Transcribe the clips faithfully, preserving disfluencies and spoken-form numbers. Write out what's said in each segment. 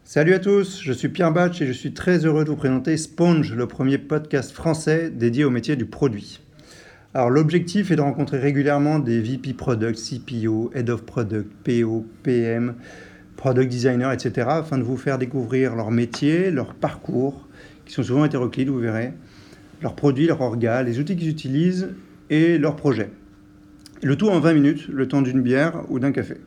Salut à tous, je suis Pierre Batch et je suis très heureux de vous présenter Sponge, le premier podcast français dédié au métier du produit. Alors l'objectif est de rencontrer régulièrement des V P Product, C P O, Head of Product, P O, P M, Product Designer, et cetera afin de vous faire découvrir leur métier, leur parcours, qui sont souvent hétéroclites, vous verrez, leurs produits, leur orga, les outils qu'ils utilisent et leurs projets. Le tout en vingt minutes, le temps d'une bière ou d'un café.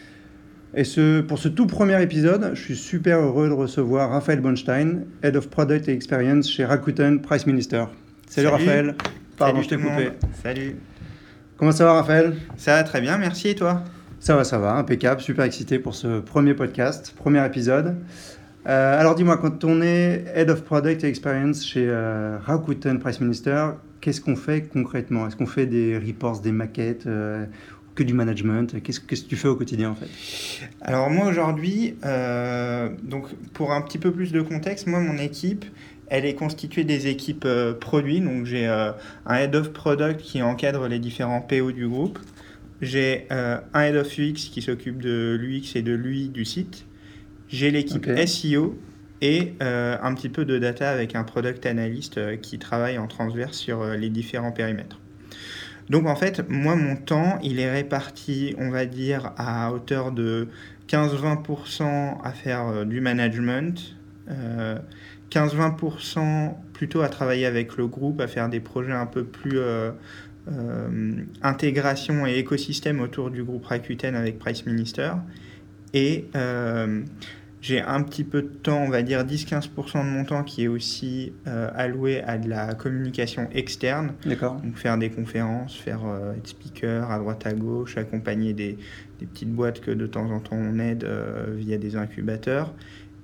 Et ce, pour ce tout premier épisode, je suis super heureux de recevoir Raphaël Bonstein, Head of Product et Experience chez Rakuten Price Minister. Salut, Salut. Raphaël. Pardon, Salut je t'ai coupé. Monde. Salut. Comment ça va, Raphaël ? Ça va très bien, merci. Et toi ? Ça va, ça va, impeccable. Super excité pour ce premier podcast, premier épisode. Euh, alors dis-moi, quand on est Head of Product et Experience chez euh, Rakuten Price Minister, qu'est-ce qu'on fait concrètement ? Est-ce qu'on fait des reports, des maquettes euh, que du management ? Qu'est-ce, qu'est-ce que tu fais au quotidien en fait ? Alors moi aujourd'hui, euh, donc pour un petit peu plus de contexte, moi mon équipe, elle est constituée des équipes euh, produits. Donc j'ai euh, un Head of Product qui encadre les différents P O du groupe. J'ai euh, un Head of U X qui s'occupe de l'U X et de l'U I du site. J'ai l'équipe okay. S E O et euh, un petit peu de data avec un Product Analyst euh, qui travaille en transverse sur euh, les différents périmètres. Donc en fait, moi mon temps, il est réparti, on va dire, à hauteur de quinze à vingt pour cent à faire euh, du management, euh, quinze à vingt pour cent plutôt à travailler avec le groupe, à faire des projets un peu plus euh, euh, intégration et écosystème autour du groupe Rakuten avec Price Minister. Et euh, j'ai un petit peu de temps, on va dire dix à quinze pour cent de mon temps qui est aussi euh, alloué à de la communication externe. D'accord. Donc faire des conférences, faire euh, être speaker à droite à gauche, accompagner des, des petites boîtes que de temps en temps on aide euh, via des incubateurs.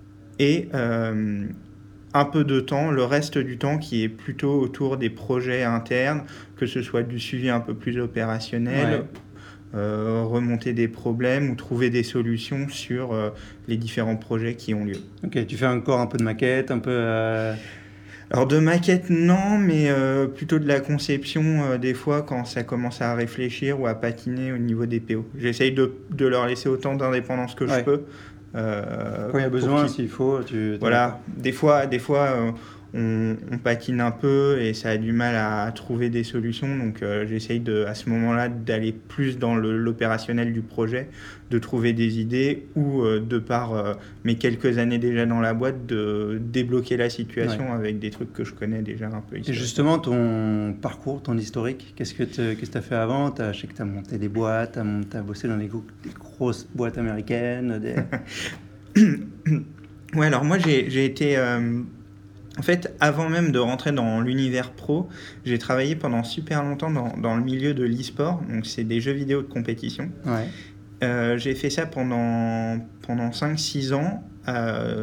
Et euh, un peu de temps, le reste du temps qui est plutôt autour des projets internes, que ce soit du suivi un peu plus opérationnel, ouais. Euh, remonter des problèmes ou trouver des solutions sur euh, les différents projets qui ont lieu. Ok, tu fais encore un peu de maquette, un peu... Euh... Alors de maquette, non, mais euh, plutôt de la conception, euh, des fois, quand ça commence à réfléchir ou à patiner au niveau des P O. J'essaye de, de leur laisser autant d'indépendance que ouais. je peux. Euh, quand il y a besoin, s'il faut, tu... Voilà, des fois, des fois euh, on, on patine un peu et ça a du mal à trouver des solutions. Donc euh, j'essaye de, à ce moment-là d'aller plus dans le, l'opérationnel du projet, de trouver des idées ou euh, de par euh, mes quelques années déjà dans la boîte, de débloquer la situation ouais. avec des trucs que je connais déjà un peu. Et justement, ton parcours, ton historique, qu'est-ce que tu as fait avant ? Je sais que tu as monté des boîtes, tu as bossé dans des, des grosses boîtes américaines. Des... ouais, alors moi j'ai, j'ai été... Euh, En fait, avant même de rentrer dans l'univers pro, j'ai travaillé pendant super longtemps dans, dans le milieu de l'e-sport. Donc, c'est des jeux vidéo de compétition. Ouais. Euh, j'ai fait ça pendant, pendant cinq à six ans euh,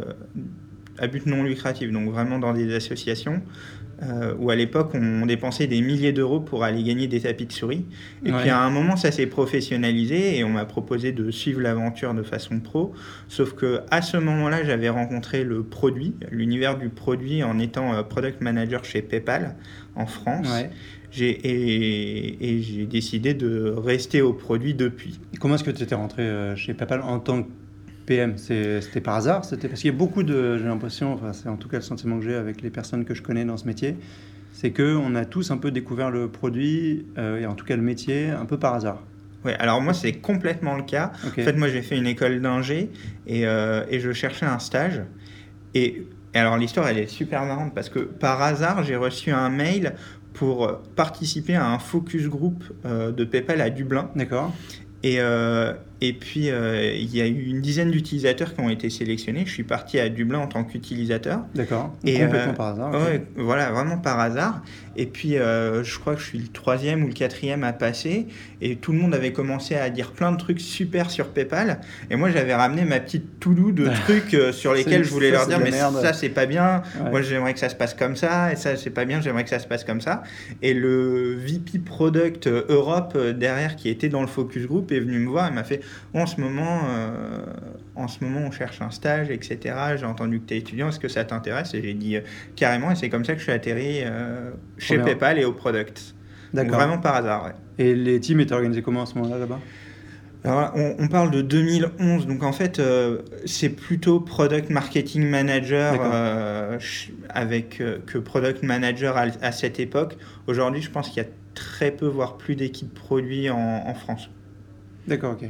à but non lucratif. Donc, vraiment dans des associations euh, où à l'époque, on dépensait des milliers d'euros pour aller gagner des tapis de souris. Et ouais. puis, à un moment, ça s'est professionnalisé et on m'a proposé de suivre l'aventure de façon pro. Sauf qu'à ce moment-là, j'avais rencontré le produit, l'univers du produit en étant product manager chez PayPal en France. Ouais. J'ai, et, et j'ai décidé de rester au produit depuis. Et comment est-ce que tu étais rentré chez PayPal en tant que P M ? c'est, C'était par hasard ? C'était parce qu'il y a beaucoup de... J'ai l'impression, enfin, c'est en tout cas le sentiment que j'ai avec les personnes que je connais dans ce métier, c'est qu'on a tous un peu découvert le produit, euh, et en tout cas le métier, un peu par hasard. Oui, alors moi c'est complètement le cas. Okay. En fait, moi j'ai fait une école d'ingé et, euh, et je cherchais un stage. Et, et alors l'histoire elle est super marrante parce que par hasard j'ai reçu un mail pour participer à un focus group euh, de PayPal à Dublin. D'accord. Et, euh, et puis, euh, il y a eu une dizaine d'utilisateurs qui ont été sélectionnés. Je suis parti à Dublin en tant qu'utilisateur. D'accord. Et complètement euh, par hasard. Okay. Ouais, voilà, vraiment par hasard. Et puis, euh, je crois que je suis le troisième ou le quatrième à passer. Et tout le monde avait commencé à dire plein de trucs super sur PayPal. Et moi, j'avais ramené ma petite to-do de trucs euh, sur lesquels je voulais ça, leur dire, mais merde. ça, c'est pas bien. Ouais. Moi, j'aimerais que ça se passe comme ça. Et ça, c'est pas bien. J'aimerais que ça se passe comme ça. Et le V P Product Europe derrière, qui était dans le focus group, est venu me voir et m'a fait oh, en ce moment euh, en ce moment on cherche un stage, etc. J'ai entendu que tu es étudiant, est-ce que ça t'intéresse? Et j'ai dit euh, carrément, et c'est comme ça que je suis atterri euh, chez PayPal et au Product. D'accord. Donc vraiment par hasard, ouais. Et les teams étaient organisés comment à ce moment-là là-bas? Alors, on, on parle de deux mille onze, donc en fait, euh, c'est plutôt Product Marketing Manager euh, avec, euh, que Product Manager à, à cette époque. Aujourd'hui, je pense qu'il y a très peu, voire plus d'équipes produits en, en France. D'accord, ok.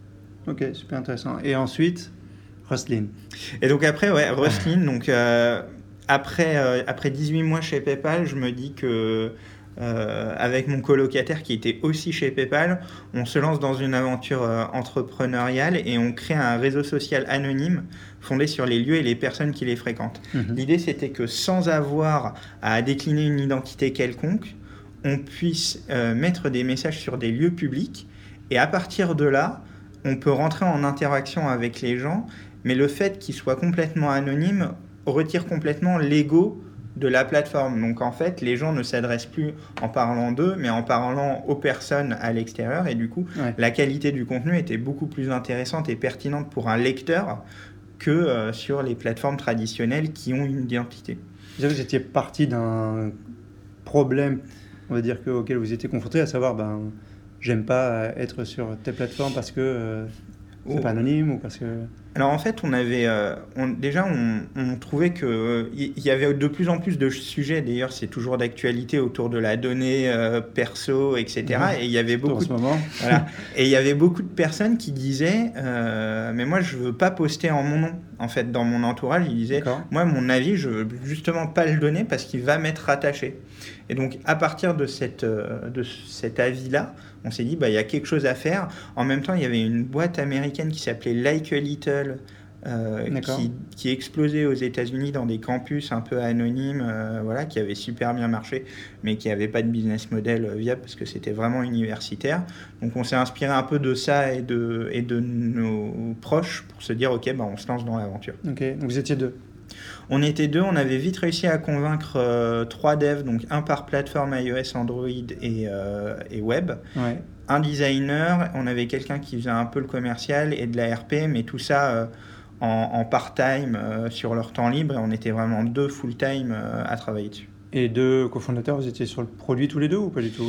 Ok, super intéressant. Et ensuite, Rustlin. Et donc après, ouais, Rustlin, donc euh, après, euh, après dix-huit mois chez PayPal, je me dis que Euh, avec mon colocataire qui était aussi chez PayPal, on se lance dans une aventure euh, entrepreneuriale et on crée un réseau social anonyme fondé sur les lieux et les personnes qui les fréquentent. Mmh. L'idée, c'était que sans avoir à décliner une identité quelconque, on puisse euh, mettre des messages sur des lieux publics et à partir de là, on peut rentrer en interaction avec les gens, mais le fait qu'ils soient complètement anonymes retire complètement l'ego de la plateforme. Donc en fait, les gens ne s'adressent plus en parlant d'eux, mais en parlant aux personnes à l'extérieur. Et du coup, ouais. la qualité du contenu était beaucoup plus intéressante et pertinente pour un lecteur que euh, sur les plateformes traditionnelles qui ont une identité. Vous étiez parti d'un problème, on va dire, que, auquel vous étiez confronté, à savoir, ben, j'aime pas être sur telle plateforme parce que euh, c'est oh. pas anonyme ou parce que... Alors en fait, on avait, euh, on, déjà, on, on trouvait qu'il euh, y avait de plus en plus de sujets, d'ailleurs c'est toujours d'actualité autour de la donnée euh, perso, et cetera. Mmh. Et il y avait beaucoup, en ce moment. De, voilà, et il y avait beaucoup de personnes qui disaient, euh, mais moi je veux pas poster en mon nom. En fait, dans mon entourage, ils disaient, D'accord. moi mon avis, je veux justement pas le donner parce qu'il va m'être rattaché. Et donc à partir de, cette, de cet avis-là, on s'est dit, bah, il y a quelque chose à faire. En même temps, il y avait une boîte américaine qui s'appelait Like a Little, euh, qui, qui explosait aux États-Unis dans des campus un peu anonymes, euh, voilà, qui avait super bien marché, mais qui n'avait pas de business model viable parce que c'était vraiment universitaire. Donc on s'est inspiré un peu de ça et de, et de nos proches pour se dire, ok, bah, on se lance dans l'aventure. Ok, donc vous étiez deux. On était deux, on avait vite réussi à convaincre euh, trois devs, donc un par plateforme iOS, Android et, euh, et web. Ouais. Un designer, on avait quelqu'un qui faisait un peu le commercial et de la R P, mais tout ça euh, en, en part-time euh, sur leur temps libre. Et on était vraiment deux full-time euh, à travailler dessus. Et deux cofondateurs, vous étiez sur le produit tous les deux ou pas du tout ?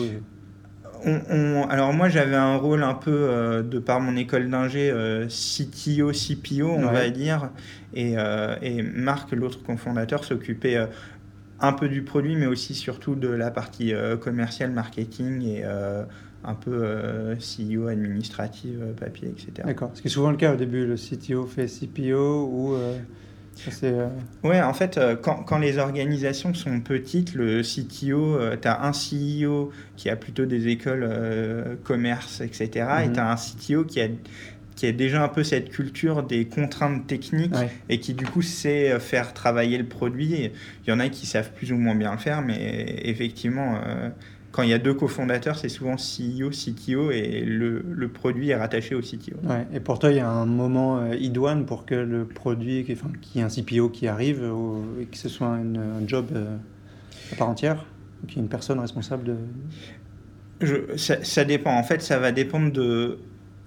On, on, alors moi j'avais un rôle un peu euh, de par mon école d'ingé euh, C T O, C P O on ouais. va dire et, euh, et Marc, l'autre cofondateur, s'occupait euh, un peu du produit mais aussi surtout de la partie euh, commerciale, marketing et euh, un peu euh, C E O, administrative, papier, et cetera. D'accord, ce qui est souvent le cas au début, le C T O fait C P O ou... Euh... C'est euh... Ouais, en fait, euh, quand, quand les organisations sont petites, le C T O, euh, tu as un C E O qui a plutôt des écoles euh, commerce, et cetera. Mm-hmm. Et tu as un C T O qui a, qui a déjà un peu cette culture des contraintes techniques ouais. et qui, du coup, sait faire travailler le produit. Il y en a qui savent plus ou moins bien le faire, mais effectivement... Euh, quand il y a deux cofondateurs, c'est souvent C E O, C T O et le, le produit est rattaché au C T O. Ouais, et pour toi, il y a un moment euh, idoine pour que le produit, enfin, qu'il y ait un C P O qui arrive ou, et que ce soit une, un job euh, à part entière, qu'il y ait une personne responsable de... Je, ça, ça dépend. En fait, ça va dépendre de...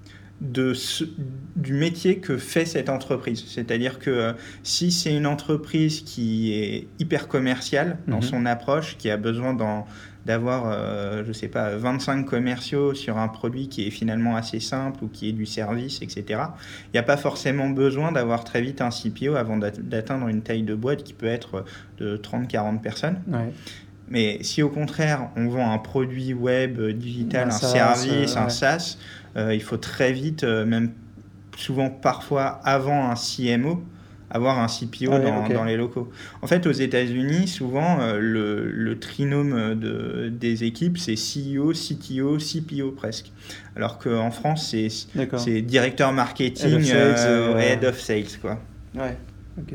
De ce, du métier que fait cette entreprise. C'est-à-dire que euh, si c'est une entreprise qui est hyper commerciale dans mmh. son approche, qui a besoin d'en, d'avoir, euh, je sais pas, vingt-cinq commerciaux sur un produit qui est finalement assez simple ou qui est du service, et cetera, il n'y a pas forcément besoin d'avoir très vite un C P O avant d'atteindre une taille de boîte qui peut être de trente à quarante personnes. Ouais. Mais si au contraire, on vend un produit web, digital, un, un SaaS, service, euh, un ouais. SaaS, euh, il faut très vite, euh, même souvent parfois avant un C M O, avoir un C P O ah, dans, okay. dans les locaux. En fait, aux États-Unis, souvent, euh, le, le trinôme de, des équipes, c'est C E O, C T O, C P O presque. Alors qu'en France, c'est, c'est directeur marketing, head of sales, euh, euh, head of sales quoi. Ouais, ok.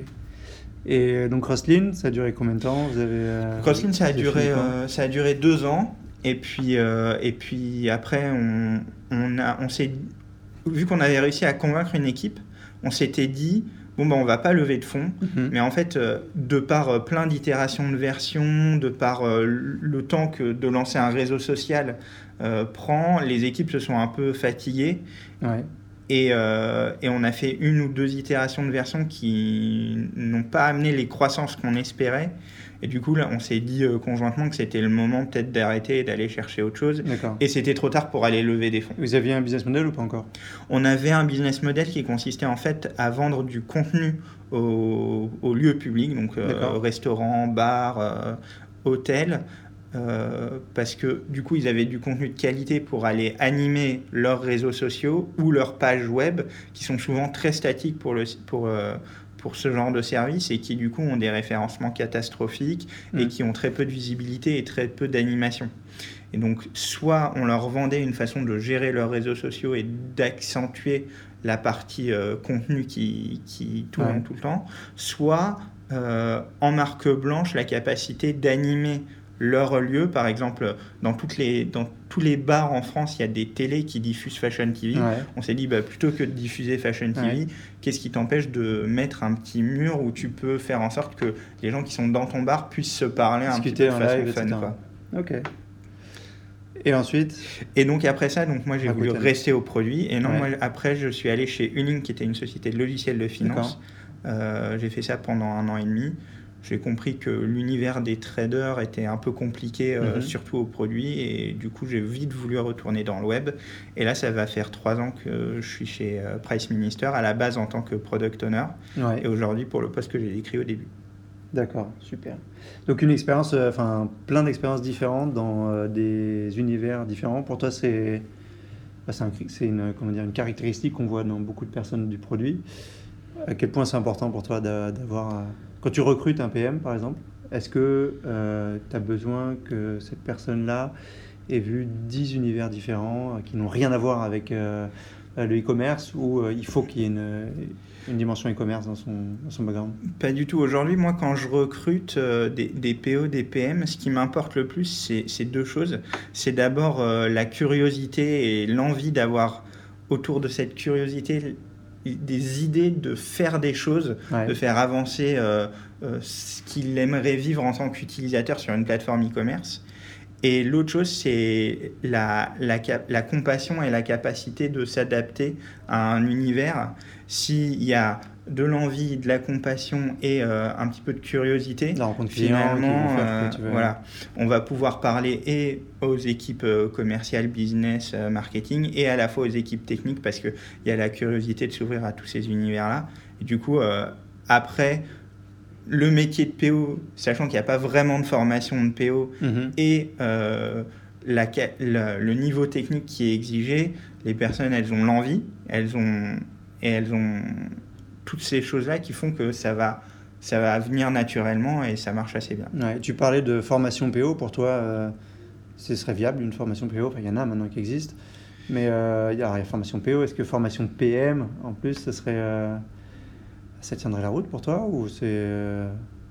Et donc Rustlin, ça a duré combien de temps vous avez, euh, Rustlin, ça a duré, euh, ça a duré deux ans. Et puis, euh, et puis après, on, on, a, on s'est, vu qu'on avait réussi à convaincre une équipe, on s'était dit, bon, ben, on ne va pas lever de fonds. Mm-hmm. Mais en fait, euh, de par euh, plein d'itérations de versions, de par euh, le temps que de lancer un réseau social euh, prend, les équipes se sont un peu fatiguées. Ouais. Et, euh, et on a fait une ou deux itérations de version qui n'ont pas amené les croissances qu'on espérait. Et du coup, là, on s'est dit euh, conjointement que c'était le moment peut-être d'arrêter et d'aller chercher autre chose. D'accord. Et c'était trop tard pour aller lever des fonds. Vous aviez un business model ou pas encore? On avait un business model qui consistait en fait à vendre du contenu au, au lieu public, donc euh, restaurants, bars, euh, hôtels. Euh, parce que du coup ils avaient du contenu de qualité pour aller animer leurs réseaux sociaux ou leurs pages web qui sont souvent très statiques pour, le, pour, euh, pour ce genre de service et qui du coup ont des référencements catastrophiques mmh. et qui ont très peu de visibilité et très peu d'animation. Et donc soit on leur vendait une façon de gérer leurs réseaux sociaux et d'accentuer la partie euh, contenu qui, qui tourne ouais. tout le temps, soit euh, en marque blanche la capacité d'animer leur lieu. Par exemple, dans, toutes les, dans tous les bars en France, il y a des télés qui diffusent Fashion T V. Ouais. On s'est dit, bah, plutôt que de diffuser Fashion T V, ouais. qu'est-ce qui t'empêche de mettre un petit mur où tu peux faire en sorte que les gens qui sont dans ton bar puissent se parler discuter un petit peu de façon live, fun, quoi. Ok. Et ensuite Et donc après ça, donc moi j'ai voulu rester au produit. Et non, ouais. moi après je suis allé chez Uning, qui était une société de logiciels de finance. Euh, j'ai fait ça pendant un an et demi. J'ai compris que l'univers des traders était un peu compliqué, euh, mm-hmm. surtout au produit, et du coup j'ai vite voulu retourner dans le web. Et là, ça va faire trois ans que je suis chez euh, Price Minister, à la base en tant que product owner, ouais. et aujourd'hui pour le poste que j'ai décrit au début. D'accord, super. Donc une expérience, enfin euh, plein d'expériences différentes dans euh, des univers différents. Pour toi, c'est, bah, c'est, un, c'est une, comment dire, une caractéristique qu'on voit dans beaucoup de personnes du produit. À quel point c'est important pour toi d'avoir... Quand tu recrutes un P M, par exemple, est-ce que euh, tu as besoin que cette personne-là ait vu dix univers différents euh, qui n'ont rien à voir avec euh, le e-commerce, ou euh, il faut qu'il y ait une, une dimension e-commerce dans son, dans son background? Pas du tout. Aujourd'hui, moi, quand je recrute euh, des, des P O, des P M, ce qui m'importe le plus, c'est, c'est deux choses. C'est d'abord euh, la curiosité et l'envie d'avoir, autour de cette curiosité, des idées de faire des choses, ouais. de faire avancer euh, euh, ce qu'il aimerait vivre en tant qu'utilisateur sur une plateforme e-commerce. Et l'autre chose, c'est la, la, la compassion et la capacité de s'adapter à un univers. S'il y a de l'envie, de la compassion et euh, un petit peu de curiosité, la rencontre finalement, euh, voilà, on va pouvoir parler et aux équipes euh, commerciales, business, euh, marketing, et à la fois aux équipes techniques, parce qu'il y a la curiosité de s'ouvrir à tous ces univers-là. Et du coup, euh, après, le métier de P O, sachant qu'il n'y a pas vraiment de formation de P O, mm-hmm. et euh, la, la, le niveau technique qui est exigé, les personnes, elles ont l'envie, elles ont, et elles ont toutes ces choses-là qui font que ça va, ça va venir naturellement et ça marche assez bien. Ouais, tu parlais de formation P O, pour toi, euh, ce serait viable une formation P O? Enfin, il y en a maintenant qui existent, mais euh, il y a formation P O, est-ce que formation P M, en plus, ça serait... Euh, ça tiendrait la route pour toi, ou c'est... Euh...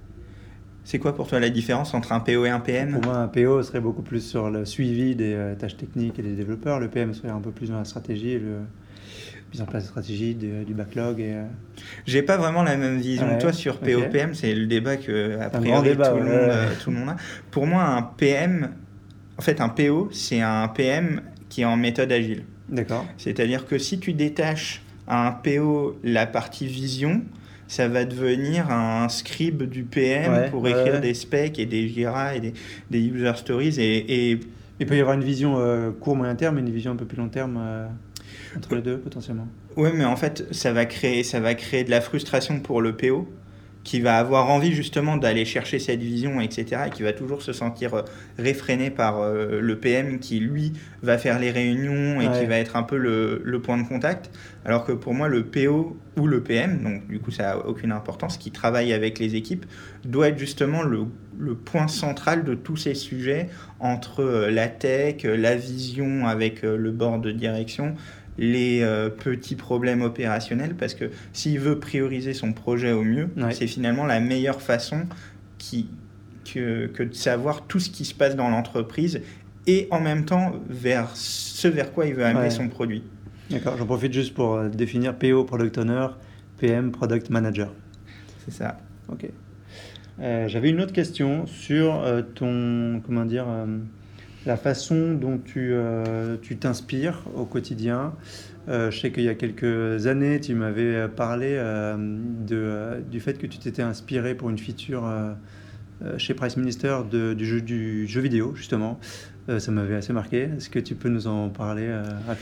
C'est quoi pour toi la différence entre un P O et un P M? Pour moi, un P O serait beaucoup plus sur le suivi des euh, tâches techniques et des développeurs. Le P M serait un peu plus dans la stratégie, et le mise en place de stratégie, de, du backlog. Et, euh... J'ai pas vraiment la même vision ouais, que toi sur P O P M. Okay. C'est le débat que a priori débat, tout, ouais. le monde, euh, tout le monde a. Pour moi, un P M, en fait, un P O, c'est un P M qui est en méthode agile. D'accord. C'est-à-dire que si tu détaches à un P O la partie vision, ça va devenir un scribe du P M ouais, pour écrire ouais. des specs et des Jira et des, des user stories. Et, et... Il peut y avoir une vision euh, court, moyen terme et une vision un peu plus long terme euh, entre les deux, potentiellement. Oui, mais en fait, ça va créer, ça va créer de la frustration pour le P O, qui va avoir envie justement d'aller chercher cette vision, et cetera, et qui va toujours se sentir réfréné par euh, le P M qui, lui, va faire les réunions et ouais. qui va être un peu le, le point de contact. Alors que pour moi, le P O ou le P M, donc du coup ça n'a aucune importance, qui travaille avec les équipes, doit être justement le, le point central de tous ces sujets entre la tech, la vision avec le board de direction, les euh, petits problèmes opérationnels, parce que s'il veut prioriser son projet au mieux, ouais. c'est finalement la meilleure façon qui, que, que de savoir tout ce qui se passe dans l'entreprise et en même temps vers ce vers quoi il veut amener ouais. son produit. D'accord, j'en profite juste pour euh, définir P O, Product Owner, P M, Product Manager. C'est ça. Ok. Euh, j'avais une autre question sur euh, ton, comment dire, euh, la façon dont tu, euh, tu t'inspires au quotidien. Euh, je sais qu'il y a quelques années, tu m'avais parlé euh, de, euh, du fait que tu t'étais inspiré pour une feature euh, euh, chez Price Minister de, du, jeu, du jeu vidéo, justement. Euh, ça m'avait assez marqué. Est-ce que tu peux nous en parler euh, rapidement ?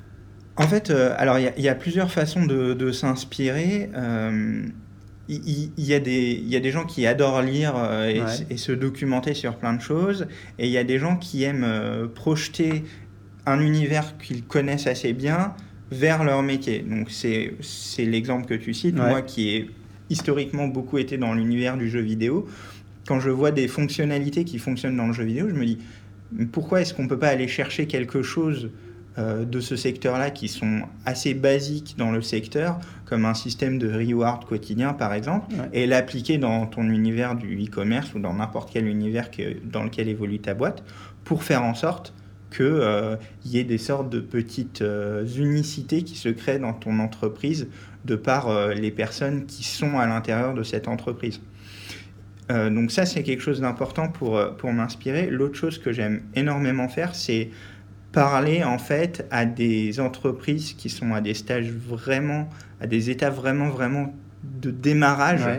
En fait, euh, alors il y, y a plusieurs façons de, de s'inspirer. Euh, Il y, y, a des, il y a des gens qui adorent lire euh, et, Ouais. et se documenter sur plein de choses, et il y a des gens qui aiment euh, projeter un univers qu'ils connaissent assez bien vers leur métier. Donc c'est, c'est l'exemple que tu cites, Ouais. moi qui ai historiquement beaucoup été dans l'univers du jeu vidéo. Quand je vois des fonctionnalités qui fonctionnent dans le jeu vidéo, je me dis pourquoi est-ce qu'on ne peut pas aller chercher quelque chose euh, de ce secteur-là qui sont assez basiques dans le secteur, comme un système de reward quotidien par exemple, Ouais. et l'appliquer dans ton univers du e-commerce ou dans n'importe quel univers que, dans lequel évolue ta boîte, pour faire en sorte qu'il euh, y ait des sortes de petites euh, unicités qui se créent dans ton entreprise de par euh, les personnes qui sont à l'intérieur de cette entreprise. Euh, donc ça, c'est quelque chose d'important pour, pour m'inspirer. L'autre chose que j'aime énormément faire, c'est parler en fait à des entreprises qui sont à des stages vraiment, à des états vraiment, vraiment de démarrage, Ouais.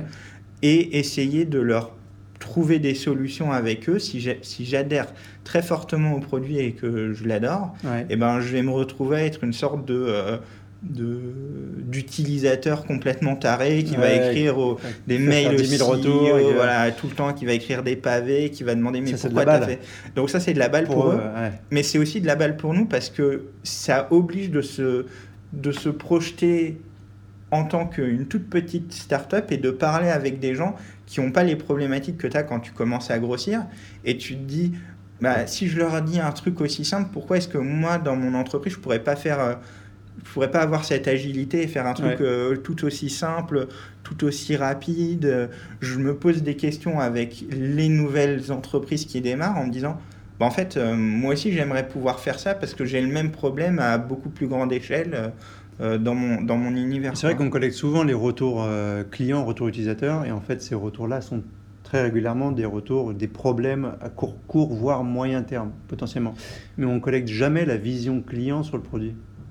et essayer de leur trouver des solutions avec eux. Si, j'ai, si j'adhère très fortement au produit et que je l'adore, Ouais. eh ben, je vais me retrouver à être une sorte de... Euh, de, d'utilisateur complètement taré qui Ouais, va écrire au, qui des fait mails faire au dix mille C E O, retours, et que- voilà, tout le temps, qui va écrire des pavés, qui va demander mais Ça, c'est de pourquoi la t'as balle. fait. Donc ça, c'est de la balle pour, Pour eux, eux, ouais. mais c'est aussi de la balle pour nous parce que ça oblige de se, de se projeter en tant qu'une toute petite start-up et de parler avec des gens qui n'ont pas les problématiques que tu as quand tu commences à grossir, et tu te dis bah, si je leur dis un truc aussi simple, pourquoi est-ce que moi dans mon entreprise je pourrais pas faire euh, je pourrais pas avoir cette agilité et faire un truc Ouais. euh, tout aussi simple, tout aussi rapide. Je me pose des questions avec les nouvelles entreprises qui démarrent en me disant bah, en fait euh, moi aussi j'aimerais pouvoir faire ça parce que j'ai le même problème à beaucoup plus grande échelle euh, dans, mon, dans mon univers. C'est vrai quoi. qu'on collecte souvent les retours euh, clients, retours utilisateurs, et en fait, ces retours-là sont très régulièrement des retours, des problèmes à court, court, voire moyen terme, potentiellement. Mais on ne collecte jamais la vision client sur le produit.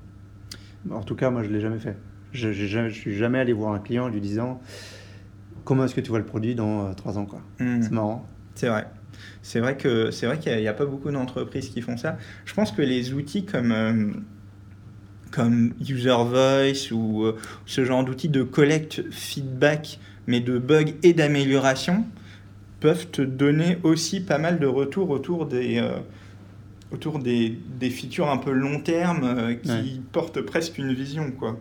En tout cas, moi, je ne l'ai jamais fait. Je ne suis jamais allé voir un client en lui disant comment est-ce que tu vois le produit dans euh, trois ans, quoi. Mmh. C'est marrant. C'est vrai. C'est vrai, que, c'est vrai qu'il n'y a, a pas beaucoup d'entreprises qui font ça. Je pense que les outils comme, euh, comme User Voice ou euh, ce genre d'outils de collecte feedback, mais de bugs et d'amélioration, peuvent te donner aussi pas mal de retours autour des, euh, autour des, des features un peu long terme euh, qui Ouais. portent presque une vision, quoi.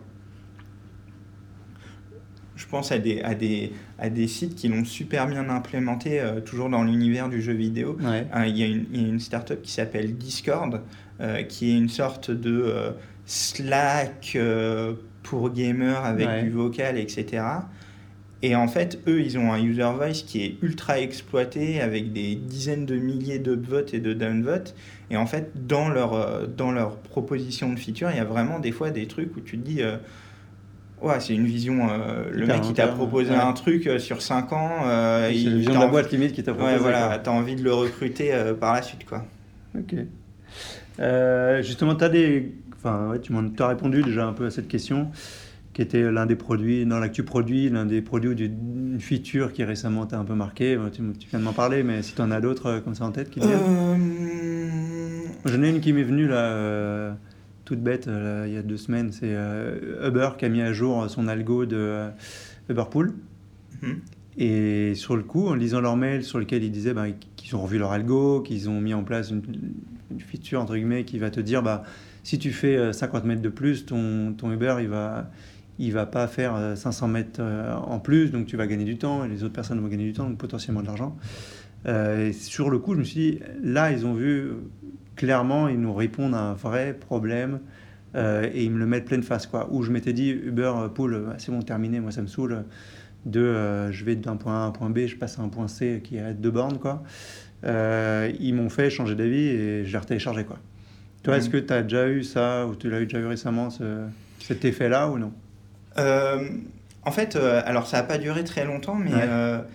Je pense à des, à des, à des sites qui l'ont super bien implémenté, euh, toujours dans l'univers du jeu vidéo. Ouais. Euh, il y a une, il y a une startup qui s'appelle Discord, euh, qui est une sorte de euh, Slack euh, pour gamers avec Ouais. du vocal, et cetera. Et en fait, eux, ils ont un user voice qui est ultra exploité avec des dizaines de milliers d'upvotes et de downvotes. Et en fait, dans leur, euh, dans leur proposition de feature, il y a vraiment des fois des trucs où tu te dis... Euh, ouais, c'est une vision. Euh, le Hyper mec, long il t'a terme, proposé ouais. un truc euh, sur cinq ans. Euh, C'est il, la vision t'as de la envie- boîte limite qui t'a proposé. Ouais, voilà, quoi. t'as envie de le recruter euh, par la suite, quoi. Ok. Euh, justement, t'as des... enfin, ouais, tu m'en as répondu déjà un peu à cette question, qui était l'un des produits, dans l'actu produit, l'un des produits ou d'une feature qui récemment t'a un peu marqué. Tu, tu viens de m'en parler, mais si tu en as d'autres euh, comme ça en tête qui te viennent. Euh... J'en ai une qui m'est venue là, euh, toute bête, euh, là, il y a deux semaines. C'est euh, Uber qui a mis à jour son algo de euh, Uber Pool. hmm. Et sur le coup, en lisant leur mail sur lequel ils disaient bah, qu'ils ont revu leur algo, qu'ils ont mis en place une, une feature entre guillemets qui va te dire bah, si tu fais cinquante mètres de plus, ton, ton Uber il va, il va pas faire cinq cents mètres en plus, donc tu vas gagner du temps et les autres personnes vont gagner du temps, donc potentiellement de l'argent. Euh, et sur le coup, je me suis dit là, ils ont vu clairement, ils nous répondent à un vrai problème. Euh, et ils me le mettent pleine face, quoi. Où je m'étais dit Uber Pool, bah, c'est bon, terminé, moi ça me saoule. De euh, je vais d'un point A à un point B, je passe à un point C qui est à deux bornes, quoi. Euh, ils m'ont fait changer d'avis et je l'ai retéléchargé, quoi. Toi, Mmh. est-ce que tu as déjà eu ça, ou tu l'as déjà eu récemment, ce, cet effet-là, ou non? Euh, en fait, euh, alors ça n'a pas duré très longtemps, mais il Ouais. euh,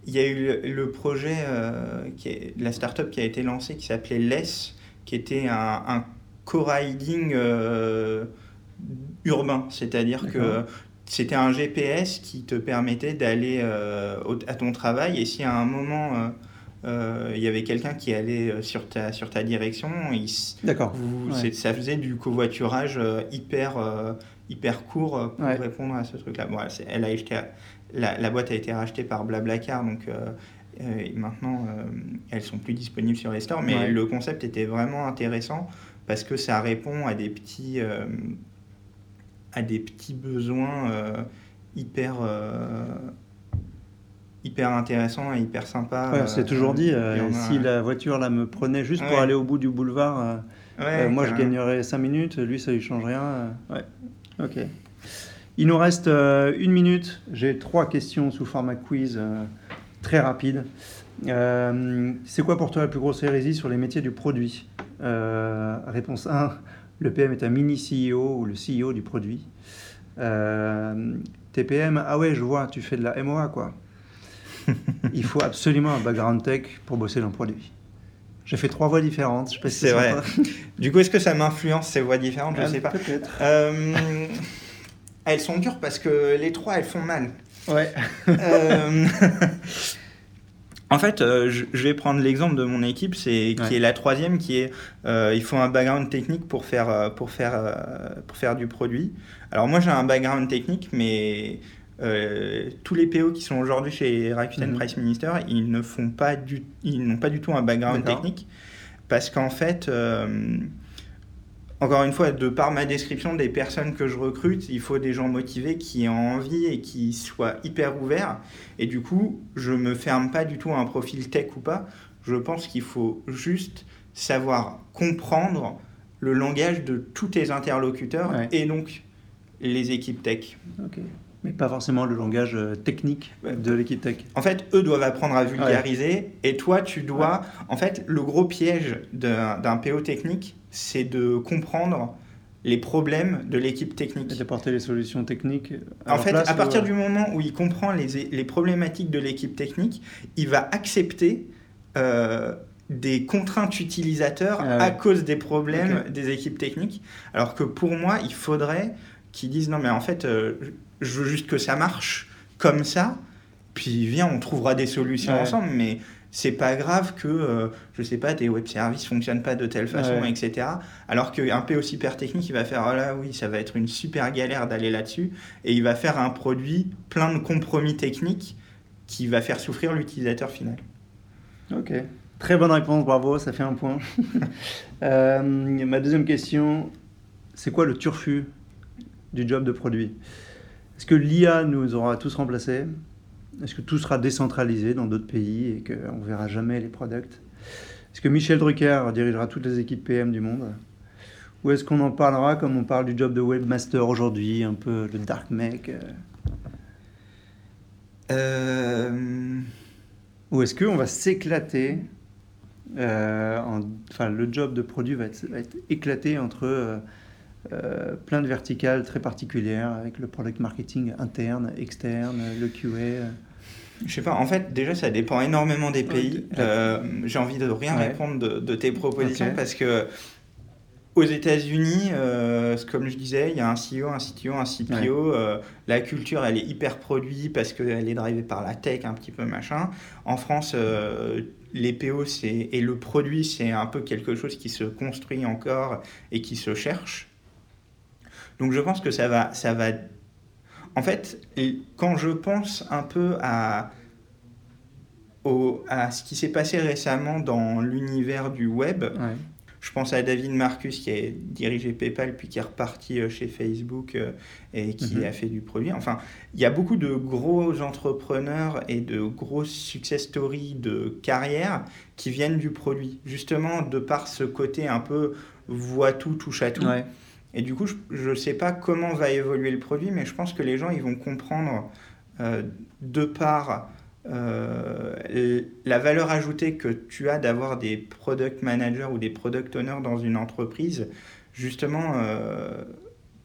il y a eu le, le projet, euh, qui est, la startup qui a été lancée qui s'appelait Less, qui était un, un co-riding euh, urbain, c'est-à-dire D'accord. que c'était un G P S qui te permettait d'aller euh, au- à ton travail et si à un moment euh, euh, il y avait quelqu'un qui allait euh, sur ta, sur ta direction, il, s- D'accord. vous, Ouais. c'est- ça faisait du covoiturage euh, hyper, euh, hyper court euh, pour Ouais. répondre à ce truc-là. Bon, c'est- elle a acheté, la, la boîte a été rachetée par Blablacar, donc euh, euh, maintenant euh, elles sont plus disponibles sur les stores, mais Ouais. le concept était vraiment intéressant parce que ça répond à des petits, euh, à des petits besoins euh, hyper, euh, hyper intéressants et hyper sympas. Ouais, on s'est euh, toujours dit, il y euh, en si a. la voiture là me prenait juste pour Ouais, aller au bout du boulevard, euh, euh, ouais, moi je carrément. gagnerais cinq minutes, lui ça lui change rien. euh, ouais, ok. Il nous reste euh, une minute. J'ai trois questions sous format quiz euh, très rapide. Euh, c'est quoi pour toi la plus grosse hérésie sur les métiers du produit? Euh, Réponse un, le P M est un mini C E O ou le C E O du produit. Euh, T P M, ah ouais, je vois, tu fais de la M O A quoi. Il faut absolument un background tech pour bosser dans le produit. J'ai fait trois voix différentes, je sais pas si C'est c'est vrai. sympa. Du coup, est-ce que ça m'influence ces voix différentes? Je Ah, sais pas. peut-être. Euh, elles sont dures parce que les trois, elles font mal. Ouais. Euh, En fait, euh, je, je vais prendre l'exemple de mon équipe, c'est qui Ouais. est la troisième, qui est euh, il faut un background technique pour faire euh, pour faire euh, pour faire du produit. Alors moi j'ai un background technique, mais euh, tous les P O qui sont aujourd'hui chez Rakuten Mhm. Price Minister, ils ne font pas du ils n'ont pas du tout un background D'accord. technique parce qu'en fait euh, encore une fois, de par ma description des personnes que je recrute, il faut des gens motivés qui aient envie et qui soient hyper ouverts. Et du coup, je me ferme pas du tout à un profil tech ou pas. Je pense qu'il faut juste savoir comprendre le langage de tous tes interlocuteurs Ouais. et donc les équipes tech. Ok. Mais pas forcément le langage euh, technique Ouais. de l'équipe tech. En fait, eux doivent apprendre à vulgariser et toi, tu dois... En fait, le gros piège d'un d'un P O technique, c'est de comprendre les problèmes de l'équipe Et technique. d'apporter les solutions techniques à En leur fait, place. à partir ou, euh, du moment où il comprend les, les problématiques de l'équipe technique, il va accepter euh, des contraintes utilisateurs Ah à ouais. cause des problèmes Ok. des équipes techniques. Alors que pour moi, il faudrait qu'ils disent non mais en fait, euh, je veux juste que ça marche comme ça, puis viens, on trouvera des solutions Ouais. ensemble, mais c'est pas grave que, euh, je sais pas, tes web services fonctionnent pas de telle façon, Ouais. et cetera. Alors qu'un P O super technique, il va faire, oh là oui, ça va être une super galère d'aller là-dessus, et il va faire un produit plein de compromis techniques qui va faire souffrir l'utilisateur final. Ok. Très bonne réponse, bravo, ça fait un point. Euh, ma deuxième question, c'est quoi le turfu du job de produit? Est-ce que l'I A nous aura tous remplacés? Est-ce que tout sera décentralisé dans d'autres pays et qu'on ne verra jamais les products? Est-ce que Michel Drucker dirigera toutes les équipes P M du monde? Ou est-ce qu'on en parlera comme on parle du job de webmaster aujourd'hui, un peu le dark mec euh, Euh... Ou est-ce qu'on va s'éclater euh, en- Enfin, le job de produit va être, va être éclaté entre euh, euh, plein de verticales très particulières avec le product marketing interne, externe, le Q A. euh. Je sais pas, en fait, déjà, ça dépend énormément des pays. Ouais. Euh, j'ai envie de rien Ouais. répondre de, de tes propositions Ok. parce que aux États-Unis, euh, comme je disais, il y a un C E O, un C T O, un C P O. Euh, la culture, elle est hyper produit parce qu'elle est drivée par la tech, un petit peu machin. En France, euh, les P O c'est, et le produit, c'est un peu quelque chose qui se construit encore et qui se cherche. Donc je pense que ça va, ça va. En fait, et quand je pense un peu à, au- à ce qui s'est passé récemment dans l'univers du web, Ouais. je pense à David Marcus qui a dirigé PayPal puis qui est reparti euh, chez Facebook euh, et qui Mhm. a fait du produit. Enfin, il y a beaucoup de gros entrepreneurs et de grosses success stories de carrière qui viennent du produit, justement de par ce côté un peu voit tout, touche à tout. Ouais. Et du coup, je ne sais pas comment va évoluer le produit, mais je pense que les gens ils vont comprendre euh, de par euh, la valeur ajoutée que tu as d'avoir des product managers ou des product owners dans une entreprise, justement, euh,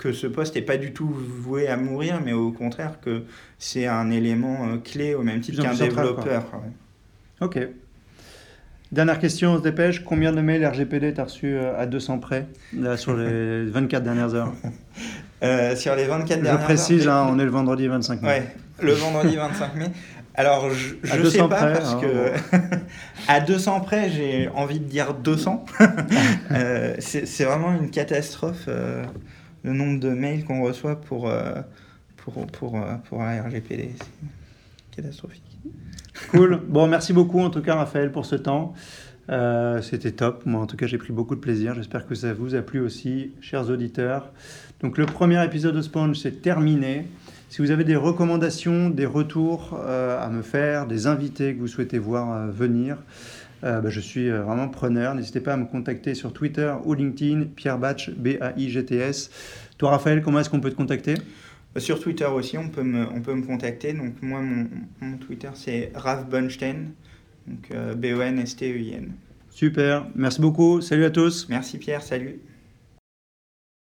que ce poste n'est pas du tout voué à mourir, mais au contraire que c'est un élément euh, clé au même titre qu'un développeur. Ouais. Ok. Dernière question, on se dépêche. Combien de mails R G P D tu as reçus à deux cents près là, sur les vingt-quatre dernières heures? euh, Sur les vingt-quatre dernières heures. Je précise, heures, hein, on est le vendredi vingt-cinq mai. Ouais, le vendredi vingt-cinq mai. Alors, je ne sais pas près, parce hein, que bon. À deux cents près, j'ai envie de dire deux cents. euh, c'est, c'est vraiment une catastrophe, euh, le nombre de mails qu'on reçoit pour, euh, pour, pour, euh, pour un R G P D. C'est catastrophique. Cool. Bon, merci beaucoup en tout cas, Raphaël, pour ce temps. Euh, c'était top. Moi, en tout cas, j'ai pris beaucoup de plaisir. J'espère que ça vous a plu aussi, chers auditeurs. Donc, le premier épisode de Sponge, c'est terminé. Si vous avez des recommandations, des retours euh, à me faire, des invités que vous souhaitez voir euh, venir, euh, bah, je suis euh, vraiment preneur. N'hésitez pas à me contacter sur Twitter ou LinkedIn, Pierre Batch, B A I G T S. Toi, Raphaël, comment est-ce qu'on peut te contacter ? Sur Twitter aussi, on peut me, on peut me contacter. Donc, moi, mon, mon Twitter, c'est Raph Bunstein, donc euh, B O N S T E I N. Super, merci beaucoup. Salut à tous. Merci Pierre, salut.